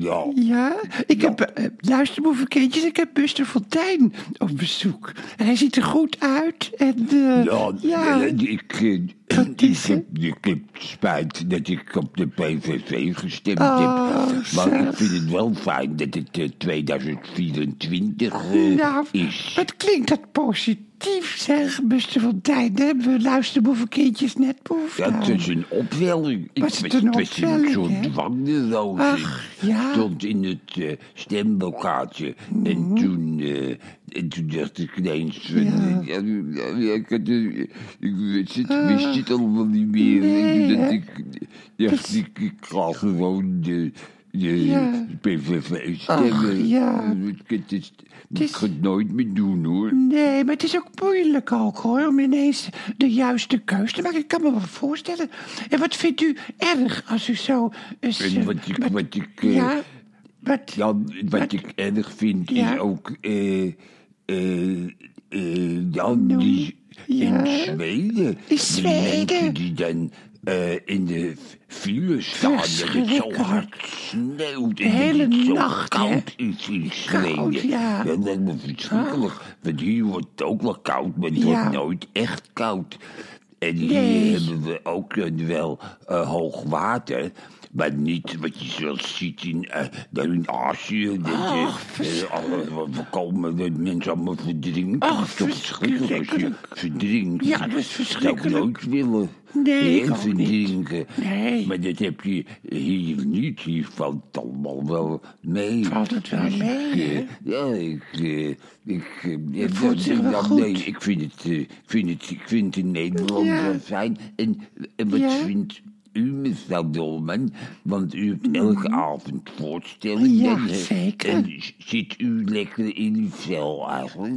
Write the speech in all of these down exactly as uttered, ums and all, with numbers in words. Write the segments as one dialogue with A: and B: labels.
A: Ja.
B: Ja, ik
A: Ja.
B: heb, uh, luister boevenkindjes, ik heb Buster Fontijn op bezoek. En hij ziet er goed uit. En, uh,
A: Ja,
B: ja.
A: eh, ik, eh,
B: Wat
A: ik,
B: is
A: heb, ik heb spijt dat ik op de P V V gestemd
B: Oh,
A: heb. Maar
B: zeg.
A: ik vind het wel fijn dat het eh, tweeduizend vierentwintig eh,
B: Nou,
A: is.
B: wat klinkt dat positief, zeg, Buster Fontijn. Daar hebben we luisterboevenkindjes net behoefte
A: Ja,
B: aan.
A: het is een opwelling. Ik
B: Was het
A: was-
B: een
A: was in een
B: opwelling,
A: soort
B: hè?
A: dwangneurose.
B: Ach, ja.
A: Ik stond in het uh, stemlokaatje. En, toen, uh, en toen dacht ik ineens... Van,
B: Ja.
A: ja. Ja, ja, ik, had, uh, ik wist het, wist het allemaal niet meer.
B: Nee,
A: en toen dacht
B: hè?
A: ik, dacht
B: Dus-
A: ik, ik ga gewoon de... De
B: Ja.
A: P V V stemmen.
B: Ach, ja.
A: Ik, het is, ik
B: is-
A: ga het nooit meer doen, hoor.
B: Nee, maar het is ook moeilijk ook, hoor, om ineens de juiste keus te maken. Ik kan me wel voorstellen. En wat vindt u erg als u zo... eens,
A: En
B: eh,
A: wat ik...
B: wat-
A: Wat ik eh,
B: ja, wat...
A: Ja, wat ik erg vind
B: Ja.
A: is ook, eh, eh, eh, ja,
B: Nou,
A: die
B: ja.
A: in Zweden.
B: In Zweden.
A: Die mensen die dan eh, in de file staan, dat het zo
B: Verschrikkelijk.
A: hard sneeuwt
B: De
A: en
B: hele
A: dat het zo
B: nacht, hè?
A: koud is in Zweden.
B: Koud, ja.
A: Dat lijkt me verschrikkelijk. Want hier wordt het ook wel koud, maar het
B: Ja.
A: wordt nooit echt koud. En hier
B: Nee.
A: hebben we ook eh, wel eh, hoog water. Maar niet wat je zoals ziet in, eh, daar in Azië. Dat, eh,
B: Och,
A: eh, alle- wat we komen, dat mensen allemaal verdrinken.
B: Och,
A: Dat is toch verschrikkelijk als je
B: verschrikkelijk.
A: verdrinkt.
B: Ja, dat is verschrikkelijk.
A: zou ik nooit willen.
B: Nee,
A: hè,
B: ik ook
A: verdrinken.
B: Nee.
A: Maar dat heb je hier niet. Hier valt het allemaal wel mee.
B: Valt het wel
A: Dus
B: mee,
A: ik, eh,
B: hè?
A: ja, ik... eh, ik eh, ja,
B: voelt
A: dat-
B: zich wel
A: nou,
B: goed.
A: Nee, ik vind het, eh, ik vind het, ik vind het in Nederland
B: Ja.
A: wel fijn. En, en wat
B: Ja.
A: vindt u, mevrouw Dolman? Want u hebt elke avond voorstellingen.
B: Ja,
A: hè?
B: zeker.
A: En s- zit u lekker in uw vel eigenlijk?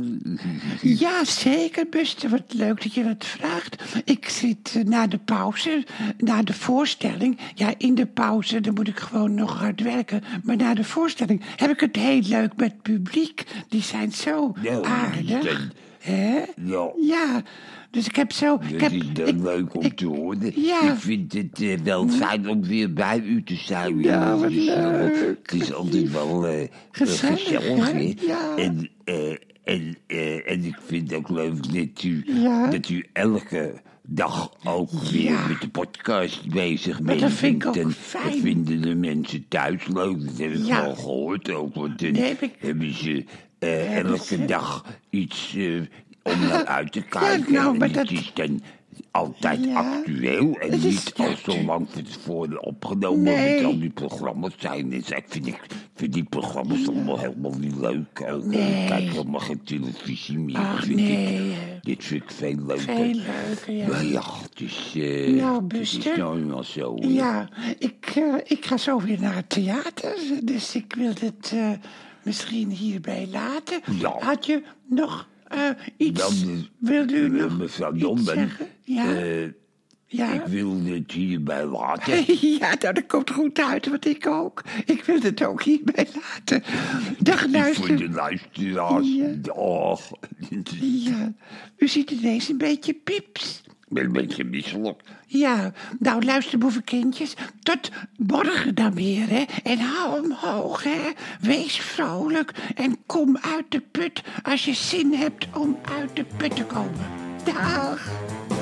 B: Ja, zeker, Buster. Wat leuk dat je dat vraagt. Ik zit eh, na de pauze, na de voorstelling... Ja, in de pauze, dan moet ik gewoon nog hard werken. Maar na de voorstelling heb ik het heel leuk met het publiek. Die zijn zo
A: Ja, die
B: aardig.
A: zijn-
B: Hè?
A: Ja.
B: Ja, dus ik heb zo... ik
A: Dat
B: heb,
A: is dan
B: ik-
A: leuk om
B: ik-
A: te horen.
B: ja.
A: Ik vind het eh, wel fijn om weer bij u te zijn.
B: Ja, wat
A: Dus, eh,
B: leuk.
A: Het is altijd wel eh,
B: Gezellig,
A: gezellig,
B: hè?
A: hè?
B: Ja.
A: En, eh, en, eh, en ik vind het ook leuk dat u,
B: Ja.
A: dat u elke dag ook weer
B: Ja.
A: met de podcast bezig
B: Maar
A: bent.
B: dat vind ik ook
A: En
B: fijn.
A: Dat vinden de mensen thuis leuk. Dat heb ik
B: Ja.
A: wel gehoord ook. Want dan
B: Nee, heb ik-
A: hebben ze eh,
B: Hebben
A: elke
B: ze-
A: dag iets eh, om naar uit te kijken.
B: nou,
A: en
B: maar
A: het
B: dat-
A: is dan altijd
B: Ja.
A: actueel en
B: Het is-
A: niet al
B: ja,
A: zo lang van tevoren opgenomen
B: Nee.
A: met al die programma's zijn. Dus ik vind, ik vind die programma's allemaal helemaal niet leuk. Ook.
B: Nee.
A: Ik kijk helemaal geen televisie meer.
B: Ach,
A: vind
B: nee,
A: Ik.
B: hè.
A: Dit vind ik veel leuker.
B: Veel leuker, ja.
A: Maar ja, het is, eh,
B: Nou,
A: het is
B: Buster.
A: nou eenmaal zo. hè.
B: Ja, ik, eh, ik ga zo weer naar het theater. Dus ik wil het eh, misschien hierbij laten.
A: Ja.
B: Had je nog eh, iets?
A: Dan,
B: Wilde u
A: eh,
B: nog
A: mevrouw
B: iets
A: Donben,
B: zeggen? Ja,
A: eh,
B: ja.
A: ik wil het hierbij laten.
B: Ja, nou, dat komt goed uit, want ik ook. Ik wil het ook hierbij laten. Dag,
A: Voor
B: luister.
A: de luisteraars.
B: Ja.
A: Dag.
B: Ja, u ziet ineens een beetje pieps.
A: Ik ben een beetje misselijk.
B: Ja, nou luister boevenkindjes, tot morgen dan weer, hè. En hou omhoog, hè. Wees vrolijk en kom uit de put als je zin hebt om uit de put te komen. Dag.